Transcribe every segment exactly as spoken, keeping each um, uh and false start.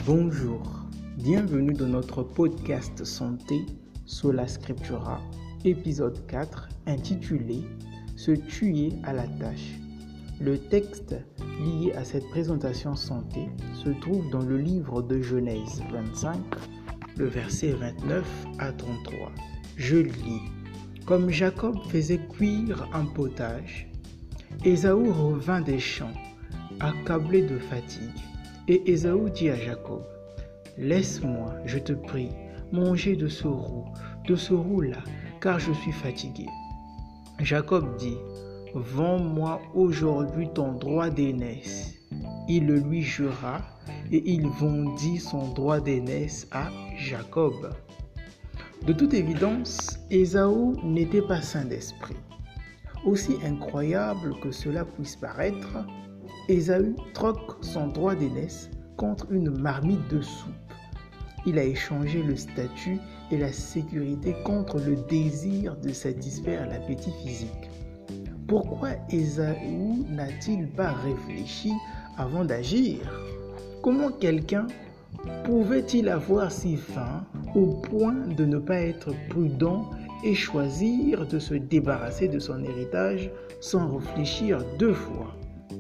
Bonjour, bienvenue dans notre podcast santé Sola Scriptura, épisode quatre, intitulé « Se tuer à la tâche ». Le texte lié à cette présentation santé se trouve dans le livre de Genèse vingt-cinq, le verset vingt-neuf à trente-trois. Je lis. Comme Jacob faisait cuire un potage, Ésaü revint des champs, accablé de fatigue. Et Ésaü dit à Jacob, « Laisse-moi, je te prie, manger de ce roux, de ce roux-là, car je suis fatigué. » Jacob dit, « Vends-moi aujourd'hui ton droit d'aînesse. » Il le lui jura, et il vendit son droit d'aînesse à Jacob. De toute évidence, Ésaü n'était pas sain d'esprit. Aussi incroyable que cela puisse paraître, Ésaü troque son droit d'aînesse contre une marmite de soupe. Il a échangé le statut et la sécurité contre le désir de satisfaire l'appétit physique. Pourquoi Ésaü n'a-t-il pas réfléchi avant d'agir? Comment quelqu'un pouvait-il avoir si faim au point de ne pas être prudent et choisir de se débarrasser de son héritage sans réfléchir deux fois?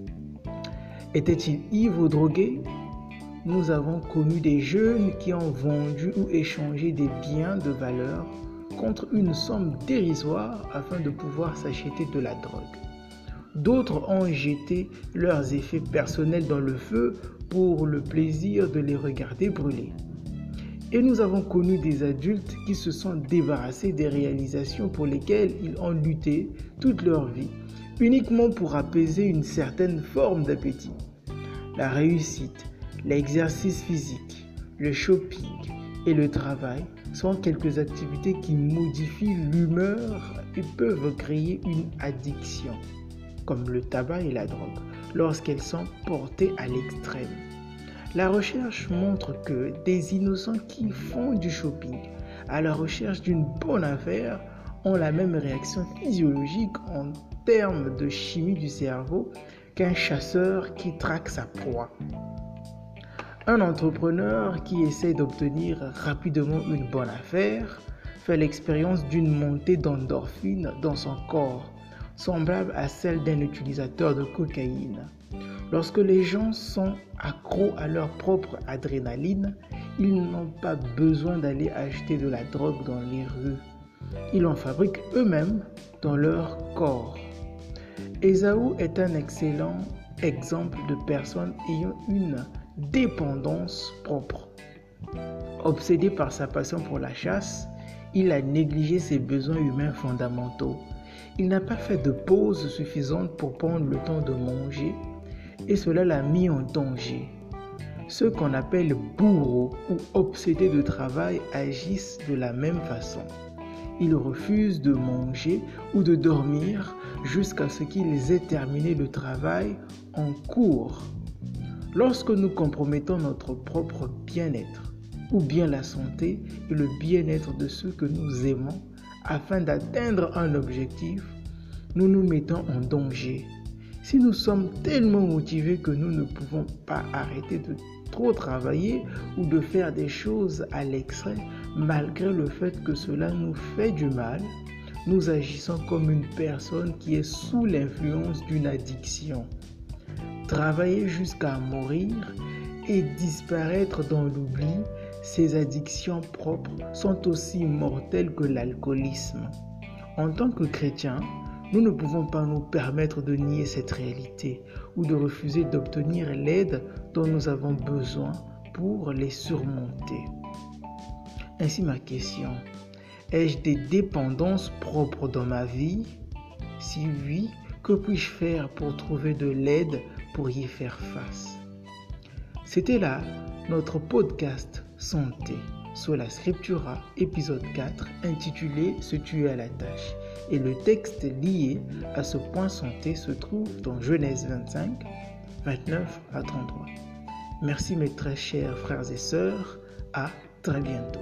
Était-il ivre ou drogué? Nous avons connu des jeunes qui ont vendu ou échangé des biens de valeur contre une somme dérisoire afin de pouvoir s'acheter de la drogue. D'autres ont jeté leurs effets personnels dans le feu pour le plaisir de les regarder brûler. Et nous avons connu des adultes qui se sont débarrassés des réalisations pour lesquelles ils ont lutté toute leur vie, uniquement pour apaiser une certaine forme d'appétit. La réussite, l'exercice physique, le shopping et le travail sont quelques activités qui modifient l'humeur et peuvent créer une addiction, comme le tabac et la drogue, lorsqu'elles sont portées à l'extrême. La recherche montre que des innocents qui font du shopping à la recherche d'une bonne affaire ont la même réaction physiologique en termes de chimie du cerveau qu'un chasseur qui traque sa proie. Un entrepreneur qui essaie d'obtenir rapidement une bonne affaire fait l'expérience d'une montée d'endorphine dans son corps, semblable à celle d'un utilisateur de cocaïne. Lorsque les gens sont accros à leur propre adrénaline, ils n'ont pas besoin d'aller acheter de la drogue dans les rues. Ils en fabriquent eux-mêmes dans leur corps. Ésaü est un excellent exemple de personne ayant une dépendance propre. Obsédé par sa passion pour la chasse, il a négligé ses besoins humains fondamentaux. Il n'a pas fait de pause suffisante pour prendre le temps de manger et cela l'a mis en danger. Ceux qu'on appelle bourreaux ou obsédés de travail agissent de la même façon. Ils refusent de manger ou de dormir jusqu'à ce qu'ils aient terminé le travail en cours. Lorsque nous compromettons notre propre bien-être, ou bien la santé et le bien-être de ceux que nous aimons, afin d'atteindre un objectif, nous nous mettons en danger. Si nous sommes tellement motivés que nous ne pouvons pas arrêter de trop travailler ou de faire des choses à l'extrait, malgré le fait que cela nous fait du mal, nous agissons comme une personne qui est sous l'influence d'une addiction. Travailler jusqu'à mourir et disparaître dans l'oubli, ces addictions propres sont aussi mortelles que l'alcoolisme. En tant que chrétiens, nous ne pouvons pas nous permettre de nier cette réalité ou de refuser d'obtenir l'aide dont nous avons besoin pour les surmonter. Ainsi ma question, ai-je des dépendances propres dans ma vie? Si oui, que puis-je faire pour trouver de l'aide pour y faire face? C'était là notre podcast santé Sola Scriptura, épisode quatre, intitulé « Se tuer à la tâche ». Et le texte lié à ce point santé se trouve dans Genèse vingt-cinq, vingt-neuf à trente-trois. Merci mes très chers frères et sœurs, à très bientôt.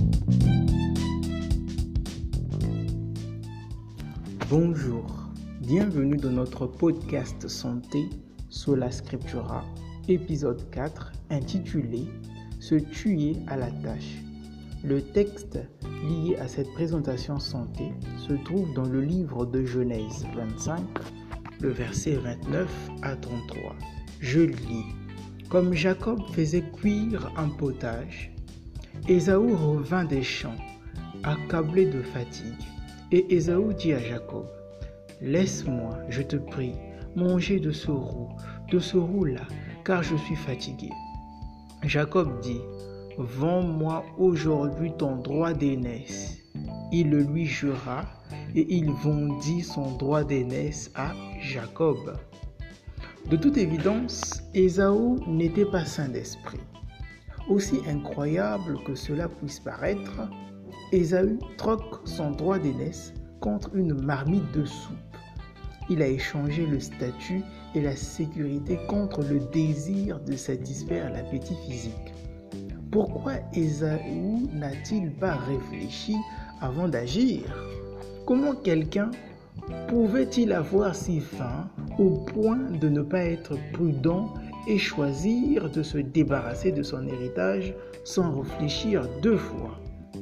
Bonjour, Bienvenue dans notre podcast santé Sola Scriptura, épisode quatre, intitulé « Se tuer à la tâche ». Le texte lié à cette présentation santé se trouve dans le livre de Genèse vingt-cinq, le verset vingt-neuf à trente-trois. Je lis. Comme Jacob faisait cuire un potage, Ésaü revint des champs, accablé de fatigue. Et Ésaü dit à Jacob, « Laisse-moi, je te prie, manger de ce roux, de ce roux-là, car je suis fatigué. » Jacob dit, « Vends-moi aujourd'hui ton droit d'aînesse. » Il le lui jura, et il vendit son droit d'aînesse à Jacob. De toute évidence, Ésaü n'était pas sain d'esprit. Aussi incroyable que cela puisse paraître, Ésaü troque son droit d'aînesse contre une marmite de soupe. Il a échangé le statut et la sécurité contre le désir de satisfaire l'appétit physique. Pourquoi Ésaü n'a-t-il pas réfléchi avant d'agir? Comment quelqu'un pouvait-il avoir si faim au point de ne pas être prudent et choisir de se débarrasser de son héritage sans réfléchir deux fois?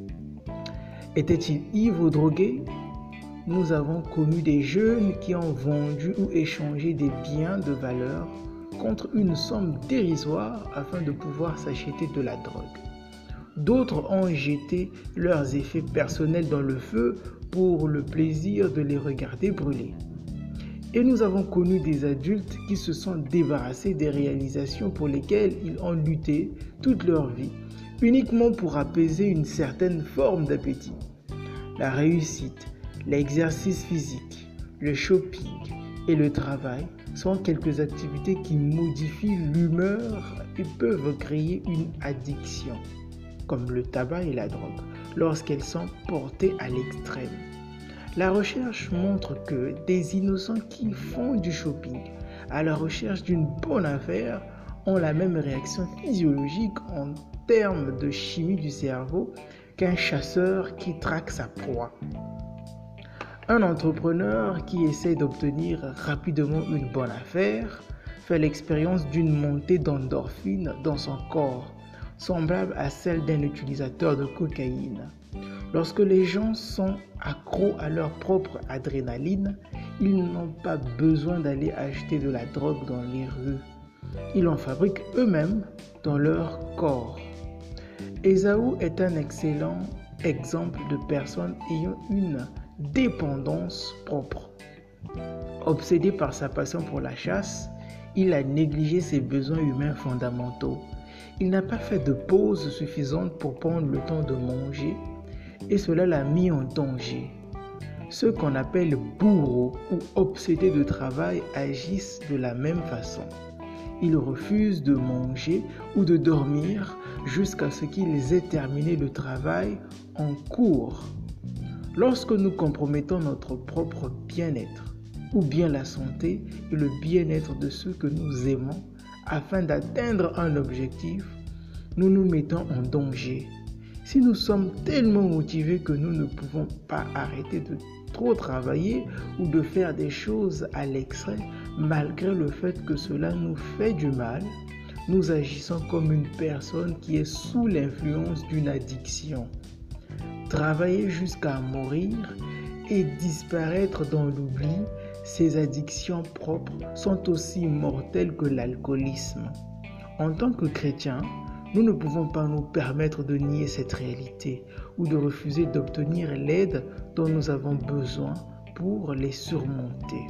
Était-il ivre ou drogué? Nous avons connu des jeunes qui ont vendu ou échangé des biens de valeur contre une somme dérisoire afin de pouvoir s'acheter de la drogue. D'autres ont jeté leurs effets personnels dans le feu pour le plaisir de les regarder brûler. Et nous avons connu des adultes qui se sont débarrassés des réalisations pour lesquelles ils ont lutté toute leur vie, uniquement pour apaiser une certaine forme d'appétit. La réussite, l'exercice physique, le shopping et le travail sont quelques activités qui modifient l'humeur et peuvent créer une addiction, comme le tabac et la drogue, lorsqu'elles sont portées à l'extrême. La recherche montre que des innocents qui font du shopping à la recherche d'une bonne affaire ont la même réaction physiologique en termes de chimie du cerveau qu'un chasseur qui traque sa proie. Un entrepreneur qui essaie d'obtenir rapidement une bonne affaire fait l'expérience d'une montée d'endorphine dans son corps, semblable à celle d'un utilisateur de cocaïne. Lorsque les gens sont accros à leur propre adrénaline, ils n'ont pas besoin d'aller acheter de la drogue dans les rues. Ils en fabriquent eux-mêmes dans leur corps. Ésaü est un excellent exemple de personne ayant une dépendance propre. Obsédé par sa passion pour la chasse, il a négligé ses besoins humains fondamentaux. Il n'a pas fait de pause suffisante pour prendre le temps de manger et cela l'a mis en danger. Ceux qu'on appelle bourreaux ou obsédés de travail agissent de la même façon. Ils refusent de manger ou de dormir jusqu'à ce qu'ils aient terminé le travail en cours. Lorsque nous compromettons notre propre bien-être, ou bien la santé et le bien-être de ceux que nous aimons, afin d'atteindre un objectif, nous nous mettons en danger. Si nous sommes tellement motivés que nous ne pouvons pas arrêter de trop travailler ou de faire des choses à l'extrait, malgré le fait que cela nous fait du mal, nous agissons comme une personne qui est sous l'influence d'une addiction. Travailler jusqu'à mourir et disparaître dans l'oubli, ces addictions propres sont aussi mortelles que l'alcoolisme. En tant que chrétiens, nous ne pouvons pas nous permettre de nier cette réalité ou de refuser d'obtenir l'aide dont nous avons besoin pour les surmonter.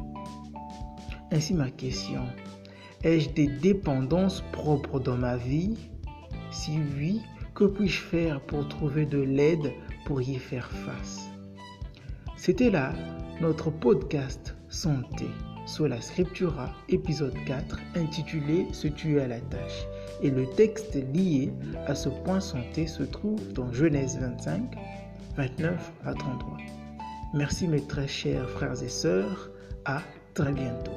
Ainsi ma question, ai-je des dépendances propres dans ma vie? Si oui, que puis-je faire pour trouver de l'aide pour y faire face? C'était là notre podcast santé Sola Scriptura, épisode quatre, intitulé « Se tuer à la tâche ». Et le texte lié à ce point santé se trouve dans Genèse vingt-cinq, vingt-neuf à trente-trois. Merci mes très chers frères et sœurs, à très bientôt.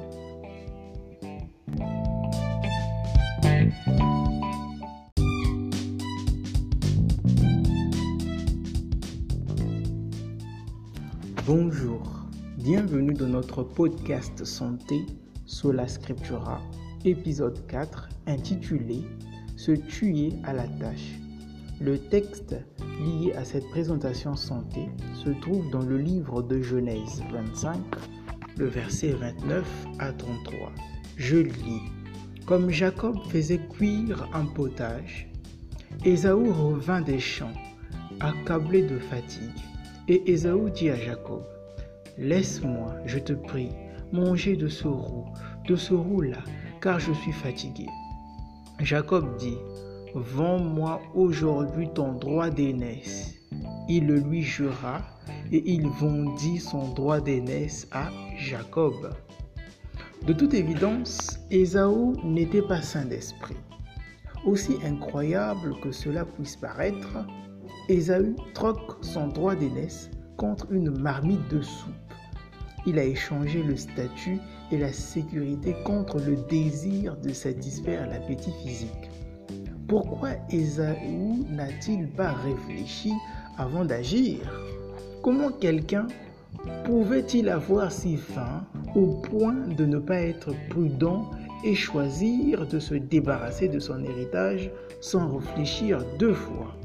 Bonjour, Bienvenue dans notre podcast santé Sola Scriptura, épisode quatre, intitulé « Se tuer à la tâche ». Le texte lié à cette présentation santé se trouve dans le livre de Genèse vingt-cinq, le verset vingt-neuf à trente-trois. Je lis. Comme Jacob faisait cuire un potage, Ésaü revint des champs, accablé de fatigue. Et Ésaü dit à Jacob, « Laisse-moi, je te prie, manger de ce roux, de ce roux-là, car je suis fatigué. » Jacob dit, « Vends-moi aujourd'hui ton droit d'aînesse. » Il le lui jura, et il vendit son droit d'aînesse à Jacob. De toute évidence, Ésaü n'était pas sain d'esprit. Aussi incroyable que cela puisse paraître, Ésaü troque son droit d'aînesse contre une marmite de soupe. Il a échangé le statut et la sécurité contre le désir de satisfaire l'appétit physique. Pourquoi Ésaü n'a-t-il pas réfléchi avant d'agir? Comment quelqu'un pouvait-il avoir si faim au point de ne pas être prudent et choisir de se débarrasser de son héritage sans réfléchir deux fois?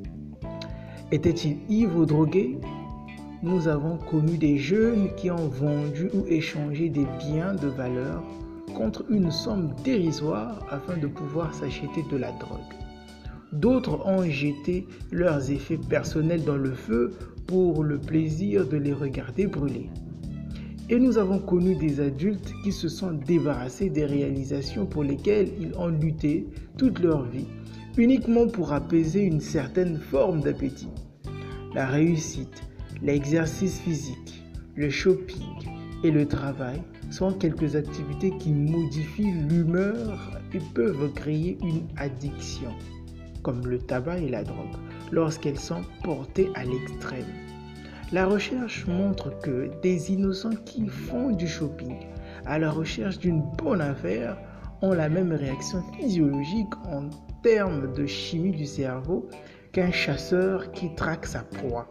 Était-il ivre ou drogué? Nous avons connu des jeunes qui ont vendu ou échangé des biens de valeur contre une somme dérisoire afin de pouvoir s'acheter de la drogue. D'autres ont jeté leurs effets personnels dans le feu pour le plaisir de les regarder brûler. Et nous avons connu des adultes qui se sont débarrassés des réalisations pour lesquelles ils ont lutté toute leur vie, uniquement pour apaiser une certaine forme d'appétit. La réussite, l'exercice physique, le shopping et le travail sont quelques activités qui modifient l'humeur et peuvent créer une addiction, comme le tabac et la drogue, lorsqu'elles sont portées à l'extrême. La recherche montre que des innocents qui font du shopping à la recherche d'une bonne affaire ont la même réaction physiologique en termes de chimie du cerveau qu'un chasseur qui traque sa proie.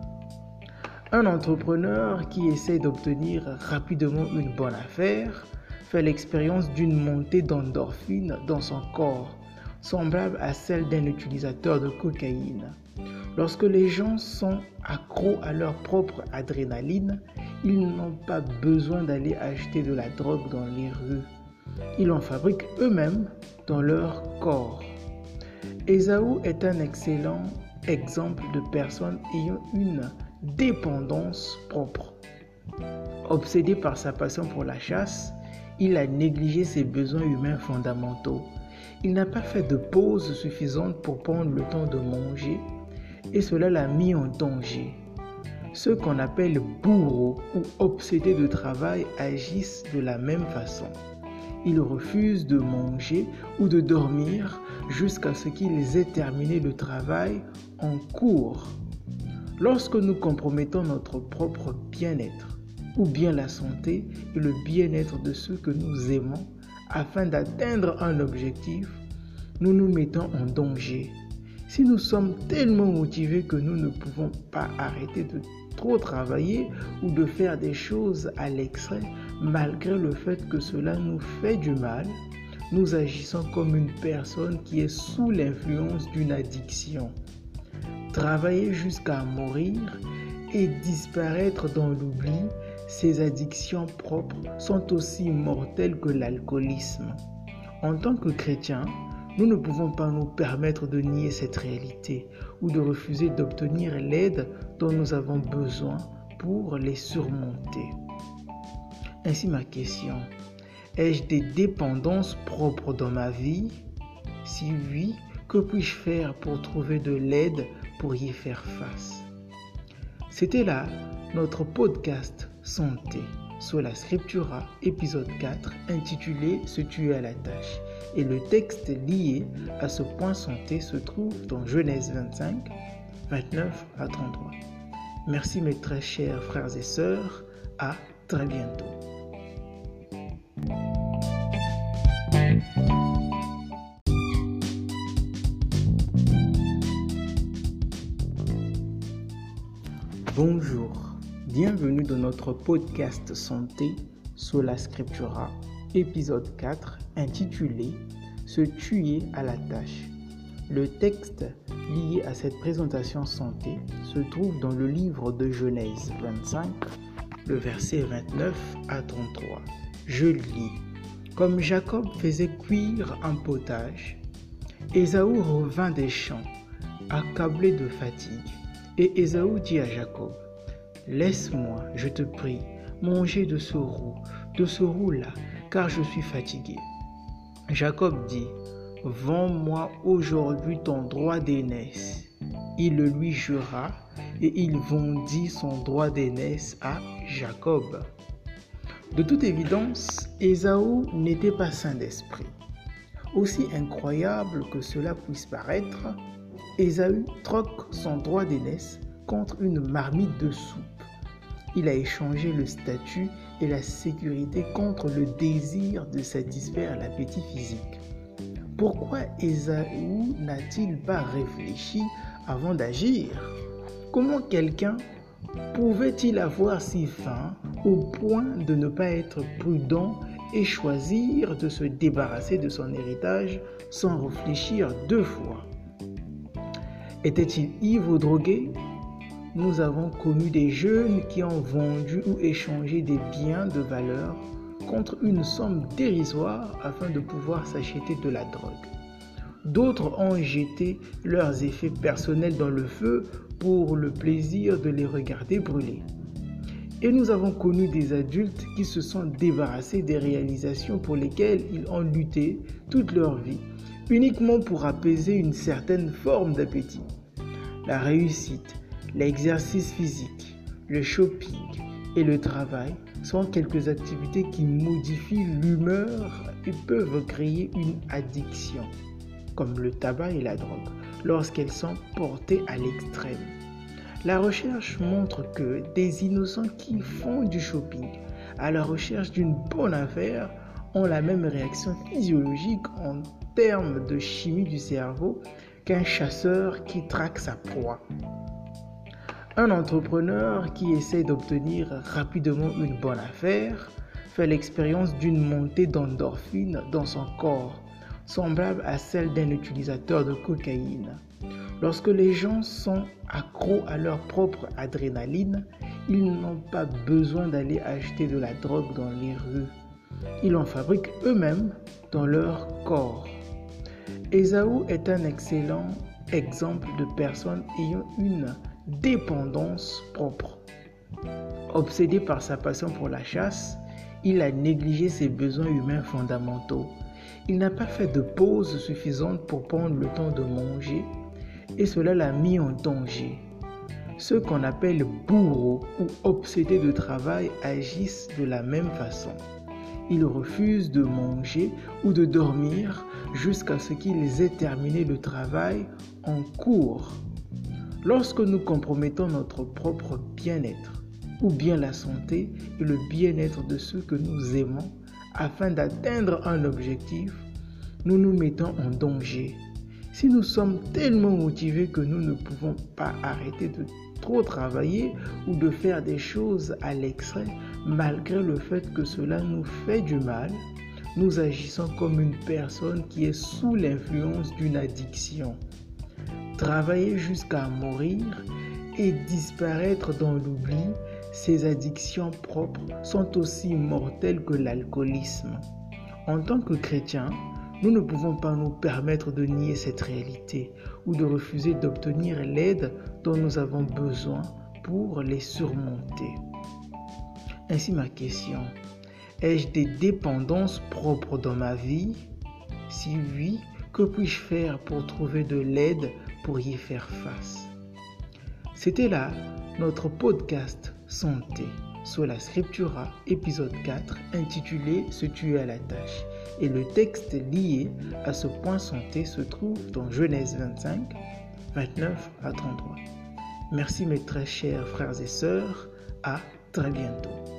Un entrepreneur qui essaie d'obtenir rapidement une bonne affaire fait l'expérience d'une montée d'endorphine dans son corps, semblable à celle d'un utilisateur de cocaïne. Lorsque les gens sont accros à leur propre adrénaline, ils n'ont pas besoin d'aller acheter de la drogue dans les rues. Ils en fabriquent eux-mêmes dans leur corps. Ésaü est un excellent exemple de personne ayant une dépendance propre. Obsédé par sa passion pour la chasse, il a négligé ses besoins humains fondamentaux. Il n'a pas fait de pause suffisante pour prendre le temps de manger et cela l'a mis en danger. Ceux qu'on appelle bourreaux ou obsédés de travail agissent de la même façon. Ils refusent de manger ou de dormir jusqu'à ce qu'ils aient terminé le travail en cours. Lorsque nous compromettons notre propre bien-être, ou bien la santé et le bien-être de ceux que nous aimons, afin d'atteindre un objectif, nous nous mettons en danger. Si nous sommes tellement motivés que nous ne pouvons pas arrêter de trop travailler ou de faire des choses à l'extrait, malgré le fait que cela nous fait du mal, nous agissons comme une personne qui est sous l'influence d'une addiction. Travailler jusqu'à mourir et disparaître dans l'oubli, ces addictions propres sont aussi mortelles que l'alcoolisme. En tant que chrétiens, nous ne pouvons pas nous permettre de nier cette réalité ou de refuser d'obtenir l'aide dont nous avons besoin pour les surmonter. Ainsi ma question, ai-je des dépendances propres dans ma vie? Si oui, que puis-je faire pour trouver de l'aide pour y faire face? C'était là notre podcast santé Sola Scriptura, épisode quatre, intitulé « Se tuer à la tâche ». Et le texte lié à ce point santé se trouve dans Genèse vingt-cinq, vingt-neuf à trente-trois. Merci mes très chers frères et sœurs, à très bientôt. Bonjour, Bienvenue dans notre podcast santé Sola Scriptura, épisode quatre, intitulé « Se tuer à la tâche ». Le texte lié à cette présentation santé se trouve dans le livre de Genèse vingt-cinq, le verset vingt-neuf à trente-trois. Je lis. Comme Jacob faisait cuire un potage, Ésaü revint des champs, accablé de fatigue. Et Ésaü dit à Jacob, « Laisse-moi, je te prie, manger de ce roux, de ce roux-là, car je suis fatigué. » Jacob dit, « Vends-moi aujourd'hui ton droit d'aînesse. » Il le lui jura, et il vendit son droit d'aînesse à Jacob. De toute évidence, Ésaü n'était pas sain d'esprit. Aussi incroyable que cela puisse paraître, Ésaü troque son droit d'aînesse contre une marmite de soupe. Il a échangé le statut et la sécurité contre le désir de satisfaire l'appétit physique. Pourquoi Ésaü n'a-t-il pas réfléchi avant d'agir? Comment quelqu'un pouvait-il avoir si faim au point de ne pas être prudent et choisir de se débarrasser de son héritage sans réfléchir deux fois? Était-il ivre ou drogué? Nous avons connu des jeunes qui ont vendu ou échangé des biens de valeur contre une somme dérisoire afin de pouvoir s'acheter de la drogue. D'autres ont jeté leurs effets personnels dans le feu pour le plaisir de les regarder brûler. Et nous avons connu des adultes qui se sont débarrassés des réalisations pour lesquelles ils ont lutté toute leur vie, uniquement pour apaiser une certaine forme d'appétit. La réussite, l'exercice physique, le shopping et le travail sont quelques activités qui modifient l'humeur et peuvent créer une addiction, comme le tabac et la drogue, lorsqu'elles sont portées à l'extrême. La recherche montre que des innocents qui font du shopping à la recherche d'une bonne affaire ont la même réaction physiologique en termes de chimie du cerveau qu'un chasseur qui traque sa proie. Un entrepreneur qui essaie d'obtenir rapidement une bonne affaire fait l'expérience d'une montée d'endorphine dans son corps, semblable à celle d'un utilisateur de cocaïne. Lorsque les gens sont accros à leur propre adrénaline, ils n'ont pas besoin d'aller acheter de la drogue dans les rues. Ils en fabriquent eux-mêmes dans leur corps. Ésaü est un excellent exemple de personne ayant une dépendance propre. Obsédé par sa passion pour la chasse, il a négligé ses besoins humains fondamentaux. Il n'a pas fait de pause suffisante pour prendre le temps de manger et cela l'a mis en danger. Ceux qu'on appelle bourreaux ou obsédés de travail agissent de la même façon. Ils refusent de manger ou de dormir jusqu'à ce qu'ils aient terminé le travail en cours. Lorsque nous compromettons notre propre bien-être, ou bien la santé et le bien-être de ceux que nous aimons, afin d'atteindre un objectif, nous nous mettons en danger. Si nous sommes tellement motivés que nous ne pouvons pas arrêter de trop travailler ou de faire des choses à l'extrait, malgré le fait que cela nous fait du mal, nous agissons comme une personne qui est sous l'influence d'une addiction. Travailler jusqu'à mourir et disparaître dans l'oubli, ces addictions propres sont aussi mortelles que l'alcoolisme. En tant que chrétiens, nous ne pouvons pas nous permettre de nier cette réalité ou de refuser d'obtenir l'aide dont nous avons besoin pour les surmonter. Ainsi ma question, ai-je des dépendances propres dans ma vie? Si oui, que puis-je faire pour trouver de l'aide pour y faire face? C'était là notre podcast santé Sola Scriptura, épisode quatre, intitulé « Se tuer à la tâche ». Et le texte lié à ce point santé se trouve dans Genèse vingt-cinq, vingt-neuf à trente-trois. Merci mes très chers frères et sœurs, à très bientôt.